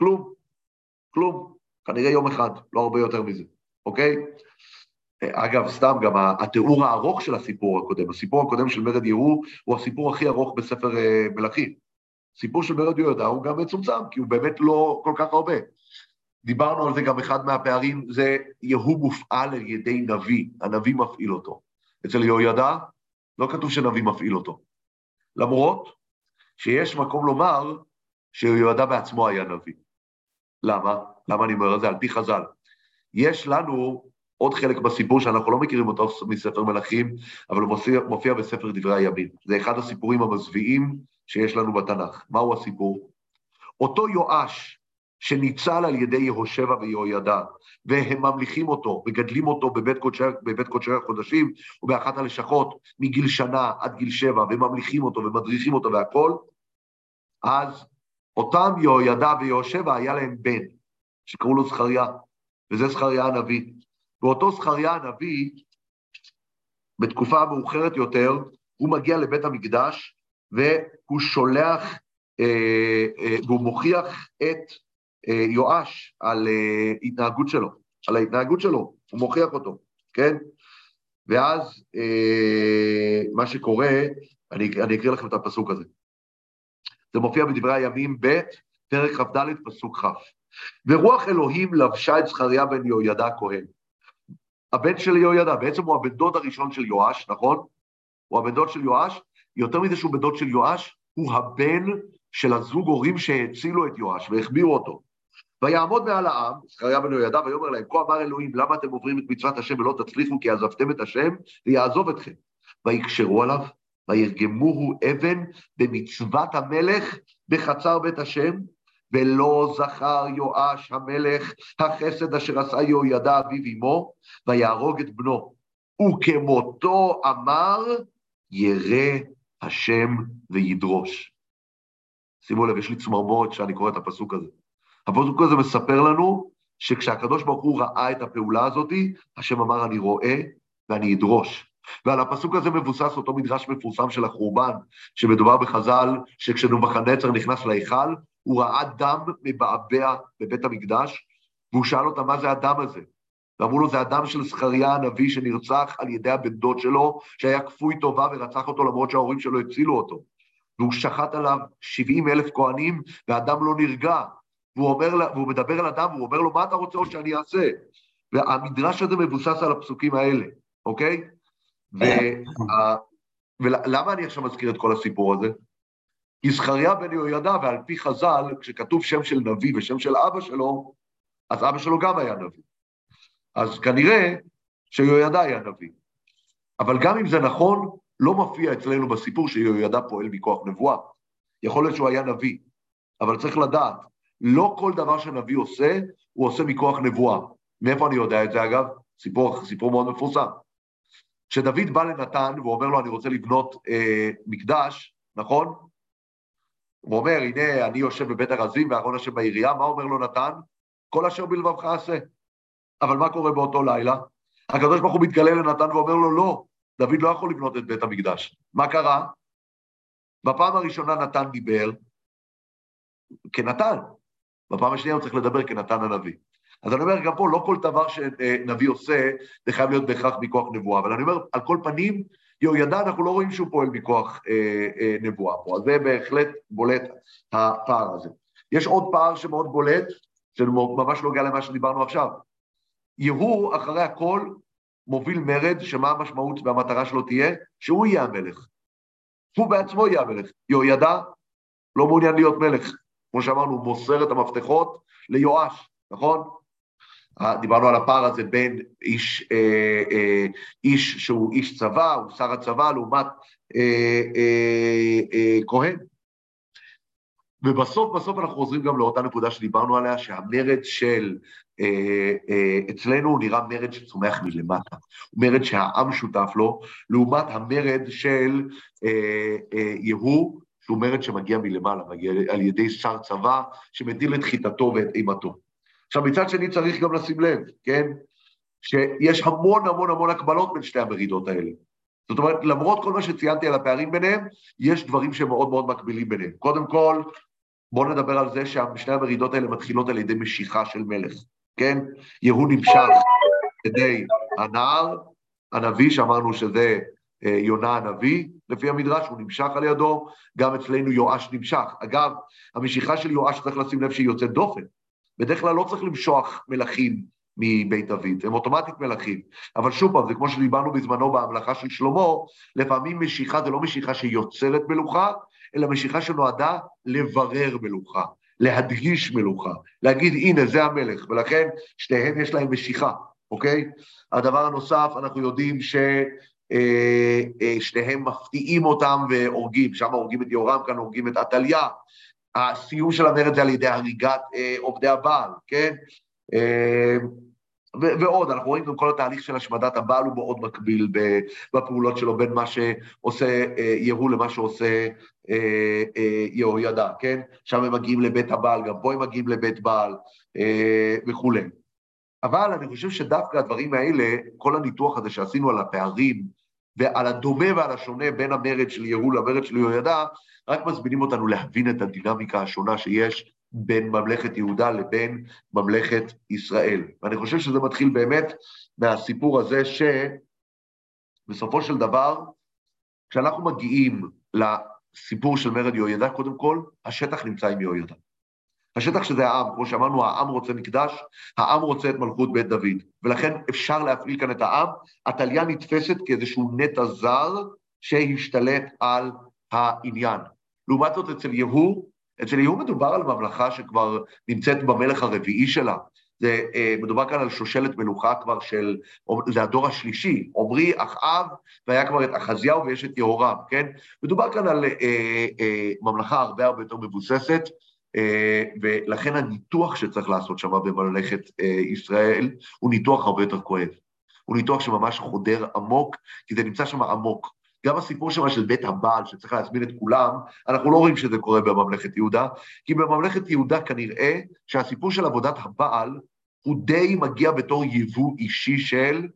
כלום, כנראה יום אחד, לא הרבה יותר מזה, אוקיי? אגב, סתם גם התיאור הארוך של הסיפור הקודם של מרד יהוא, הוא הסיפור הכי ארוך בספר מלכים. סיפור של מרד יהודה הוא גם מצומצם, כי הוא באמת לא כל כך הרבה. דיברנו על זה גם אחד מהפערים, זה יהוא מופעל על ידי נביא, הנביא מפעיל אותו. אצל יהוידע לא כתוב שנביא מפעיל אותו. למרות שיש מקום לומר שיהוידע בעצמו היה נביא. למה? למה אני אומר את זה? על פי חז"ל. יש לנו עוד חלק בסיפור שאנחנו לא מכירים אותו מספר מלכים, אבל הוא מופיע בספר דברי הימים. זה אחד הסיפורים המזוויעים שיש לנו בתנ"ך. מהו הסיפור? אותו יואש שניצל על ידי יהושע ויהוידע, והם ממליכים אותו וגדלים אותו בבית קודשי הקודשים, ובאחת הלשכות מגיל שנה עד גיל 7, וממליכים אותו ומדריכים אותו והכל, אז אותם יהוידע ויהושע היה להם בן, שקראו לו זכריה, וזה זכריה הנביא. ואותו זכריה הנביא, בתקופה מאוחרת יותר, הוא מגיע לבית המקדש, והוא שולח, והוא מוכיח את יואש על התנהגות שלו, על ההתנהגות שלו, הוא מוכיח אותו, כן? ואז מה שקורה, אני אקריא לכם את הפסוק הזה. זה מופיע בדברי הימים ב' פרק כ"ד פסוק כ'. ורוח אלוהים לבשה את זכריה בן יהוידע הכהן. הבן של יהוידע, בעצם הוא הבן דוד הראשון של יואש, נכון? הוא הבן דוד של יואש, יותר מזה שהוא בן דוד של יואש, הוא הבן של הזוג הורים שהצילו את יואש והחביאו אותו. ויעמוד מעל העם, זכריה בן יהוידע, ויאמר להם, כה אמר אלוהים, למה אתם עוברים את מצוות השם ולא תצליחו, כי עזבתם את השם ויעזוב אתכם. ויקשרו עליו, וירגמוהו אבן במצוות המלך בחצר בית השם, ולא זכר יואש המלך החסד אשר עשה יהוידע אביו עמו, ויהרוג את בנו. וכמותו אמר, ירא השם וידרוש. שימו לב, יש לי צמרמורת שאני קורא את הפסוק הזה. הפסוק הזה מספר לנו שכשהקדוש ברוך הוא ראה את הפעולה הזאת, השם אמר אני רואה ואני אדרוש. ועל הפסוק הזה מבוסס אותו מדרש מפורסם של החורבן, שמדובר בחז"ל שכשנבוכדנצר נכנס להיכל, הוא ראה דם מבעבע בבית המקדש, והוא שאל אותה מה זה הדם הזה? ואמרו לו זה הדם של זכריה הנביא שנרצח על ידי הבן דוד שלו, שהיה כפוי טובה ורצח אותו למרות שההורים שלו הצילו אותו. והוא שחט עליו 70,000 כהנים, והאדם לא נרגע. והוא מדבר על אדם, והוא אומר לו, מה אתה רוצה עוד שאני אעשה? והמדרש הזה מבוסס על הפסוקים האלה, אוקיי? ולמה אני עכשיו מזכיר את כל הסיפור הזה? כי זכריה בן יהוידע, ועל פי חז"ל, כשכתוב שם של נביא ושם של אבא שלו, אז אבא שלו גם היה נביא. אז כנראה שיהוידע היה נביא. אבל גם אם זה נכון, לא מופיע אצלנו בסיפור שיהוידע פועל מכוח נבואה. יכול להיות שהוא היה נביא, אבל צריך לדעת, לא כל דבר שנביא עושה, הוא עושה מכוח נבואה. מאיפה אני יודע את זה אגב? סיפור מאוד מפורסם. כשדוד בא לנתן והוא אומר לו, אני רוצה לבנות מקדש, נכון? הוא אומר, הנה, אני יושב בבית הרזים ואהרון יושב בעירייה, מה אומר לו נתן? כל אשר בלבבך עשה. אבל מה קורה באותו לילה? הקדוש ברוך הוא מתגלה לנתן ואומר לו, לא, דוד לא יכול לבנות את בית המקדש. מה קרה? בפעם הראשונה נתן דיבר כנתן. בפעם השנייה הוא צריך לדבר כנתן הנביא. אז אני אומר, גם פה, לא כל דבר שנביא עושה, זה חייב להיות בהכרח מכוח נבואה. אבל אני אומר, על כל פנים, יהוידע, אנחנו לא רואים שהוא פועל מכוח נבואה פה. אז זה בהחלט בולט הפער הזה. יש עוד פער שמאוד בולט, שממש נוגע למה שדיברנו עכשיו. יהוא, אחרי הכל, מוביל מרד, שמה המשמעות והמטרה שלו תהיה? שהוא יהיה המלך. הוא בעצמו יהיה המלך. יהוידע לא מעוניין להיות מלך. כמו שאמרנו, הוא מוסר את המפתחות ליואש, נכון? דיברנו על הפער הזה בין איש שהוא איש צבא, הוא שר הצבא, לעומת כהן. ובסוף אנחנו חוזרים גם לאותה נקודה שדיברנו עליה, שהמרד של אצלנו הוא נראה מרד שצומח מלמטה, מרד שהעם שותף לו, לעומת המרד של יהוא, שהוא מרד שמגיע מלמעלה, מגיע על ידי שר צבא, שמטיל את חיתתו ואת אימתו. עכשיו, מצד שני צריך גם לשים לב, כן? שיש המון הקבלות בין שתי המרידות האלה. זאת אומרת, למרות כל מה שציינתי על הפערים ביניהם, יש דברים שמאוד מאוד מקבילים ביניהם. קודם כל, בואו נדבר על זה ששתי המרידות האלה מתחילות על ידי משיכה של מלך, כן? יהוא נמשך כדי הנער, הנביא, שאמרנו שזה יונה הנביא, לפי המדרש, הוא נמשך על ידו, גם אצלנו יואש נמשך. אגב, המשיכה של יואש צריך לשים לב שהיא יוצאת דופן. בדרך כלל לא צריך למשוח מלכים מבית דוד, הם אוטומטית מלכים. אבל שוב פעם, זה כמו שדיברנו בזמנו בהמלכה של שלמה, לפעמים משיכה זה לא משיכה שיוצרת מלוכה, אלא משיכה שנועדה לברר מלוכה, להדגיש מלוכה, להגיד הנה זה המלך, ולכן שתיהם יש להם משיכה, אוקיי? הדבר הנוסף, אנחנו יודעים ששתיהם מפתיעים אותם והורגים, שם הורגים את יורם, כאן הורגים את עתליה, הסיום של המרד זה על ידי הריגת עובדי הבעל, כן? ועוד, אנחנו רואים גם כל התהליך של השמדת הבעל הוא מאוד מקביל בפעולות שלו, בין מה שעושה יהוא למה שעושה יהוידע, כן? שם הם מגיעים לבית הבעל, גם פה הם מגיעים לבית בעל וכו'. אבל אני חושב שדווקא הדברים האלה, כל הניתוח הזה שעשינו על הפערים, ועל הדומה ועל השונה בין המרד של יהוא למרד של יהוידע, רק מזמינים אותנו להבין את הדינמיקה השונה שיש בין ממלכת יהודה לבין ממלכת ישראל. ואני חושב שזה מתחיל באמת מהסיפור הזה שבסופו של דבר, כשאנחנו מגיעים לסיפור של מרד יהוידע, קודם כל, השטח נמצא עם יהוידע. השטח שזה העם, כמו שאמרנו, העם רוצה מקדש, העם רוצה את מלכות בית דוד, ולכן אפשר להפעיל כאן את העם, עתליה נתפסת כאיזשהו נטע זר שהשתלט על העניין. לעומת זאת אצל יהוא מדובר על ממלכה שכבר נמצאת במלך הרביעי שלה, זה מדובר כאן על שושלת מלוכה כבר זה הדור השלישי, עומרי, אחאב, והיה כבר את אחזיהו ויש את יהורם, כן? מדובר כאן על ממלכה הרבה יותר מבוססת, ולכן הניתוח שצריך לעשות שם בממלכת ישראל, הוא ניתוח הרבה יותר כואב. הוא ניתוח שממש חודר עמוק, כי זה נמצא שם עמוק. גם הסיפור שם של בית הבעל, שצריך להזמין את כולם, אנחנו לא רואים שזה קורה בממלכת יהודה, כי בממלכת יהודה כנראה שהסיפור של עבודת הבעל, הוא די מגיע בתור יבוא אישי של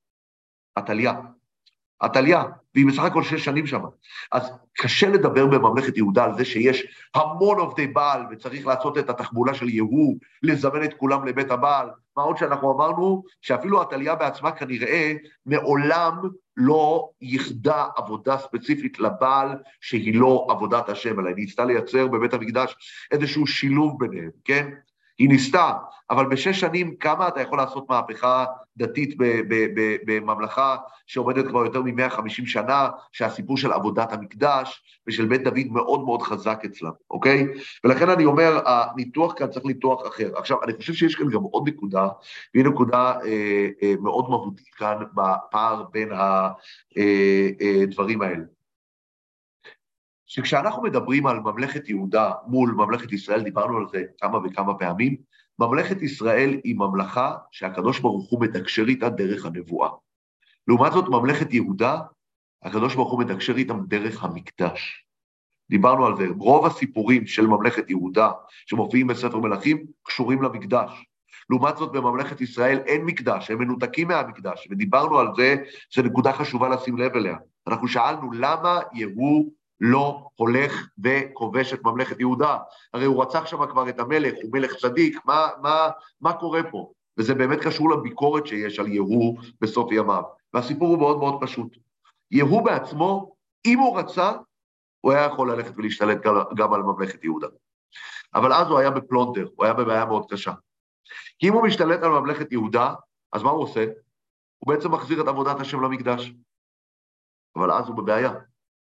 עתליה, והיא בסך הכל 6 שנים שם. אז קשה לדבר בממלכת יהודה על זה שיש המון עובדי בעל, וצריך לעשות את התחבולה של יהוא, לזמן את כולם לבית הבעל. מה עוד שאנחנו אמרנו, שאפילו עתליה בעצמה כנראה מעולם לא יחדה עבודה ספציפית לבעל, שהיא לא עבודת השם, אלא היא ניסתה לייצר בבית המקדש איזשהו שילוב ביניהם, כן? היא ניסתה, אבל ב6 שנים כמה אתה יכול לעשות מהפכה דתית בממלכה שעומדת כבר יותר מ150 שנה, שהסיפור של עבודת המקדש ושל בית דוד מאוד מאוד חזק אצלם, אוקיי? ולכן אני אומר, הניתוח כאן צריך ניתוח אחר. עכשיו, אני חושב שיש כאן גם עוד נקודה, והיא נקודה מאוד מהותית כאן בפער בין הדברים האלה. שכשאנחנו מדברים על ממלכת יהודה מול ממלכת ישראל, דיברנו על זה כמה וכמה פעמים, ממלכת ישראל היא ממלכה שהקדוש ברוך הוא מתקשר איתה דרך הנבואה. לעומת זאת, ממלכת יהודה, הקדוש ברוך הוא מתקשר איתם דרך המקדש. דיברנו על זה, רוב הסיפורים של ממלכת יהודה שמופיעים בספר מלכים קשורים למקדש. לעומת זאת, בממלכת ישראל אין מקדש, הם מנותקים מהמקדש, ודיברנו על זה, זו נקודה חשובה לשים לב אליה. אנחנו שאלנו למה יהוא לא הולך וכובש את ממלכת יהודה, הרי הוא רצח שם כבר את המלך, הוא מלך צדיק, מה קורה פה? וזה באמת קשור לביקורת שיש על יהוא בסוף ימיו, והסיפור הוא מאוד מאוד פשוט. יהוא בעצמו, אם הוא רצה, הוא היה יכול ללכת ולהשתלט גם על ממלכת יהודה. אבל אז הוא היה בפלונטר, הוא היה בבעיה מאוד קשה. כי אם הוא משתלט על ממלכת יהודה, אז מה הוא עושה? הוא בעצם מחזיר את עבודת השם למקדש. אבל אז הוא בבעיה.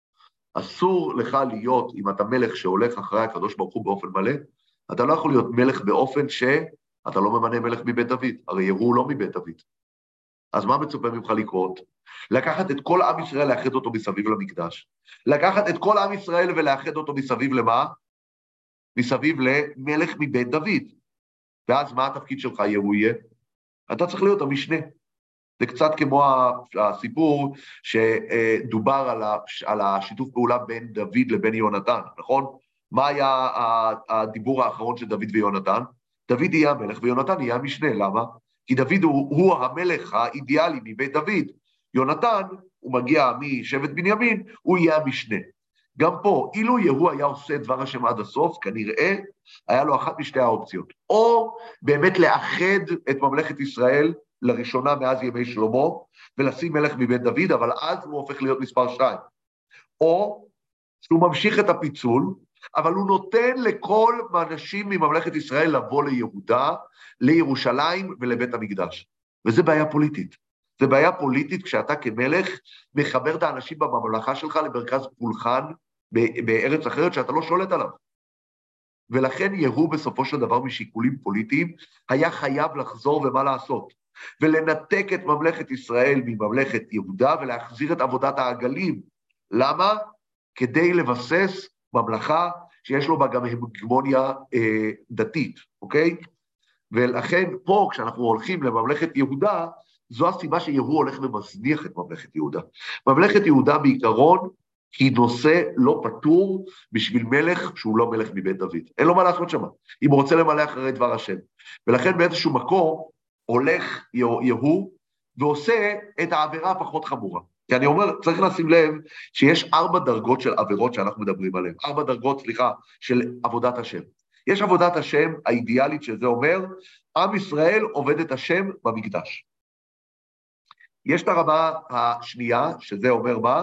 אסור לך להיות, אם אתה מלך שהולך אחרי הקדוש ברוך הוא באופן מלא, אתה לא יכול להיות מלך באופן שאתה לא ממנה מלך מבית דוד, הרי יהוא הוא לא מבית דוד. אז מה מצופה ממך לקרות? לקחת את כל עם ישראל, לאחד אותו מסביב למקדש. לקחת את כל עם ישראל ולאחד אותו מסביב למה? מסביב למלך מבית דוד. ואז מה התפקיד שלך יהוא יהיה? אתה צריך להיות המשנה. זה קצת כמו הסיפור שדובר על השיתוף פעולה בין דוד לבין יונתן, נכון? מה היה הדיבור האחרון של דוד ויונתן? דוד יהיה המלך ויונתן יהיה המשנה, למה? כי דוד הוא המלך האידיאלי מבית דוד, יונתן, הוא מגיע משבט בנימין, הוא יהיה המשנה. גם פה, אילו יהוא היה עושה דבר השם עד הסוף, כנראה היה לו אחת משתי האופציות, או באמת לאחד את ממלכת ישראל, לראשונה מאז ימי שלמה, ולשים מלך מבית דוד, אבל אז הוא הופך להיות מספר 2. או שהוא ממשיך את הפיצול, אבל הוא נותן לכל האנשים מממלכת ישראל לבוא ליהודה, לירושלים ולבית המקדש. וזה בעיה פוליטית. זה בעיה פוליטית כשאתה כמלך מחבר את האנשים בממלכה שלך למרכז פולחן בארץ אחרת שאתה לא שולט עליו. ולכן יהוא בסופו של דבר משיקולים פוליטיים היה חייב לחזור ומה לעשות. ולנתק את ממלכת ישראל מממלכת יהודה ולהחזיר את עבודת העגלים. למה? כדי לבסס ממלכה שיש לו בה גם הגמוניה דתית, אוקיי? ולכן פה כשאנחנו הולכים לממלכת יהודה, זו הסיבה שיהוא הולך ומזניח את ממלכת יהודה. ממלכת יהודה בעיקרון היא נושא לא פטור בשביל מלך שהוא לא מלך מבית דוד. אין לו מה לעשות שם, אם הוא רוצה למלא אחרי דבר השם. ולכן באיזשהו מקום הולך יהוא ועושה את העבירה הפחות חמורה. כי אני אומר, צריך לשים לב שיש 4 דרגות של עבירות שאנחנו מדברים עליהן. 4 דרגות, של עבודת השם. יש עבודת השם האידיאלית, שזה אומר, עם ישראל עובד את השם במקדש. יש את הרמה השנייה, שזה אומר מה?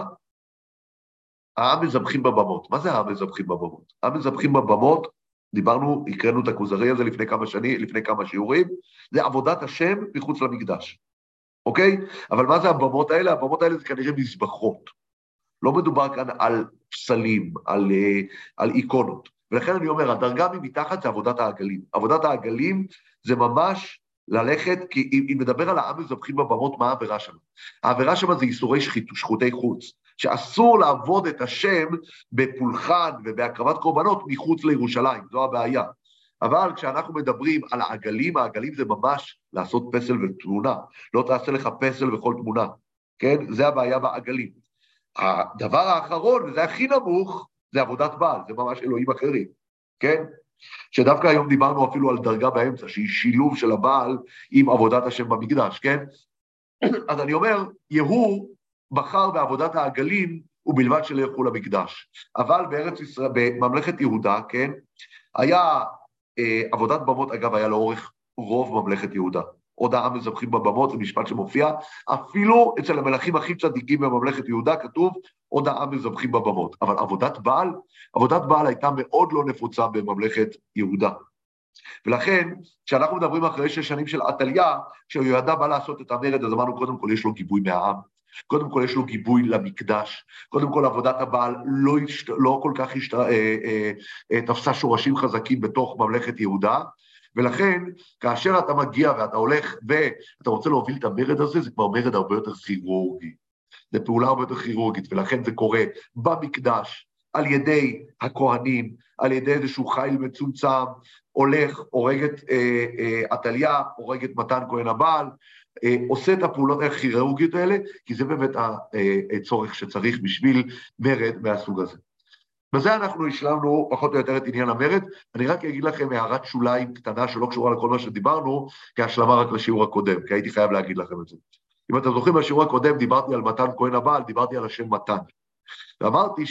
העם מזבחים בבמות. מה זה העם מזבחים בבמות? העם מזבחים בבמות, דיברנו, הקראנו את הכוזרי הזה לפני כמה שיעורים, זה עבודת השם מחוץ למקדש. אוקיי? אבל מה זה הבמות האלה? הבמות האלה זה כנראה מזבחות. לא מדובר כאן על פסלים, על איקונות. ולכן אני אומר, הדרגה ממתחת זה עבודת העגלים. עבודת העגלים זה ממש ללכת, כי אם נדבר על העם מזבחים בבמות, מה העבירה שם? העבירה שם זה איסורי שחוטי חוץ, שאסור לעבוד את השם בפולחן ובהקרבת קורבנות מחוץ לירושלים, זו הבעיה. אבל כשאנחנו מדברים על העגלים, העגלים זה ממש לעשות פסל ותמונה, לא תעשה לך פסל וכל תמונה, כן? זה הבעיה בעגלים. הדבר האחרון, וזה הכי נמוך, זה עבודת בעל, זה ממש אלוהים אחרים, כן? שדווקא היום דיברנו אפילו על דרגה באמצע, שהיא שילוב של הבעל עם עבודת השם במקדש, כן? אז אני אומר, יהוא בחר בעבודת העגלים, ובלבד שלא ילכו למקדש. אבל בארץ ישראל, בממלכת יהודה, כן? היה עבודת במות, אגב, היה לאורך רוב ממלכת יהודה. עוד העם מזבחים בבמות, זה משפט שמופיע, אפילו אצל המלכים הכי צדיקים בממלכת יהודה כתוב, עוד העם מזבחים בבמות. אבל עבודת בעל הייתה מאוד לא נפוצה בממלכת יהודה. ולכן, כשאנחנו מדברים אחרי 6 שנים של עתליה, כשיהודה בא לעשות את המרד, אז אמרנו, קודם כל יש לו גיבוי מהעם, קודם כל יש לו גיבוי למקדש, קודם כל עבודת הבעל לא כל כך תפסה שורשים חזקים בתוך ממלכת יהודה, ולכן כאשר אתה מגיע ואתה הולך ואתה רוצה להוביל את המרד הזה, זה כבר מרד הרבה יותר כירורגי, זה פעולה הרבה יותר כירורגית, ולכן זה קורה במקדש, על ידי הכהנים, על ידי איזשהו חיל מצומצם, הולך, הורג את עתליה, הורג את מתן כהן הבעל, עושה את הפעולות הכירורגיות האלה, כי זה באמת הצורך שצריך בשביל מרד מהסוג הזה. בזה אנחנו השלמנו פחות או יותר את עניין המרד. אני רק אגיד לכם הערת שוליים קטנה שלא קשורה לכל מה שדיברנו, כהשלמה רק לשיעור הקודם, כי הייתי חייב להגיד לכם את זה. אם אתם זוכרים בשיעור הקודם דיברתי על מתן כהן הבעל, דיברתי על השם מתן. ואמרתי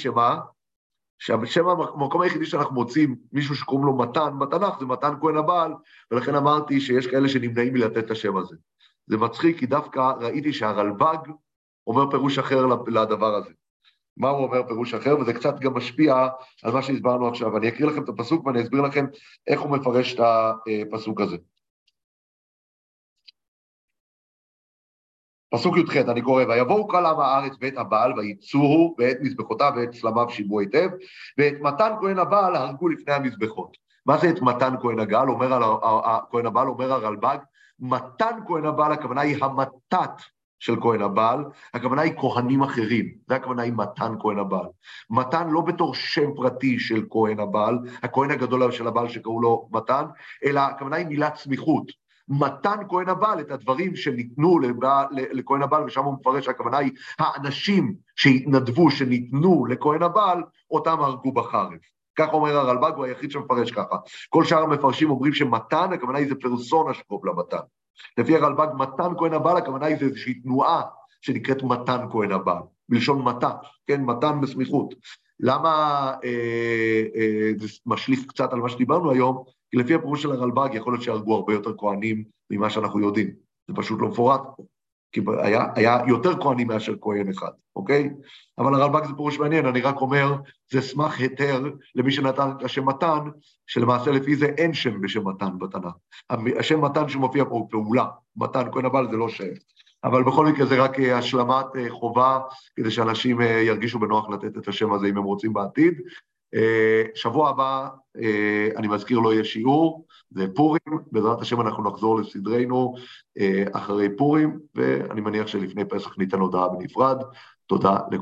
שהשם המקום היחידי שאנחנו מוצאים מישהו שקוראים לו מתן, בתנ"ך זה מתן כהן הבעל, ולכן אמרתי שיש כאלה שנמנעים מלתת את השם הזה. זה מצחיק כי דווקא ראיתי שהרלב"ג אומר פירוש אחר לדבר הזה. מה הוא אומר פירוש אחר, וזה קצת גם משפיע על מה שהסברנו עכשיו. אני אקריא לכם את הפסוק ואני אסביר לכם איך הוא מפרש את הפסוק הזה. פסוק י"ח, אני קורא, ויבואו כל עם הארץ ואת הבעל, ויצורו, ואת מזבחותיו ואת צלמיו שיבו היטב, ואת מתן כהן הבעל הרגו לפני המזבחות. מה זה את מתן כהן הגל? כהן הבעל, אומר הרלב"ג, מתן כהן הבעל, הכוונה היא המתת של כהן הבעל, הכוונה היא כהנים אחרים, זה הכוונה היא מתן כהן הבעל. מתן לא בתור שם פרטי של כהן הבעל, הכהן הגדול של הבעל שקראו לו מתן, אלא הכוונה היא מילת סמיכות. מתן כהן הבעל, את הדברים שניתנו לכהן הבעל, ושם הוא מפרש, הכוונה היא, האנשים שהתנדבו, שניתנו לכהן הבעל, אותם הרגו בחרב. כך אומר הרלב"ג, הוא היחיד שמפרש ככה. כל שאר המפרשים אומרים שמתן, הכוונה היא זה פרסונה שקוראים לה מתן. לפי הרלב"ג, מתן כהן הבעל, הכוונה היא זה איזושהי תנועה שנקראת מתן כהן הבעל, בלשון מתן, כן, מתן בסמיכות. למה זה משליך קצת על מה שדיברנו היום? כי לפי הפירוש של הרלב"ג יכול להיות שהרגו הרבה יותר כהנים ממה שאנחנו יודעים. זה פשוט לא מפורט פה. כי היה יותר כהנים מאשר כהן אחד, אוקיי? אבל הרלב"ג זה פירוש מעניין, אני רק אומר, זה סמך היתר למי שנתן את השם מתן, שלמעשה לפי זה אין שם בשם מתן בתנ"ך. השם מתן שמופיע פה הוא פעולה, מתן כהן הבעל זה לא שם. אבל בכל מקרה זה רק השלמת חובה, כדי שאנשים ירגישו בנוח לתת את השם הזה אם הם רוצים בעתיד. שבוע הבא, אני מזכיר, לא יהיה שיעור, זה פורים, בעזרת השם אנחנו נחזור לסדרנו אחרי פורים, ואני מניח שלפני פסח ניתן הודעה בנפרד. תודה לכולם.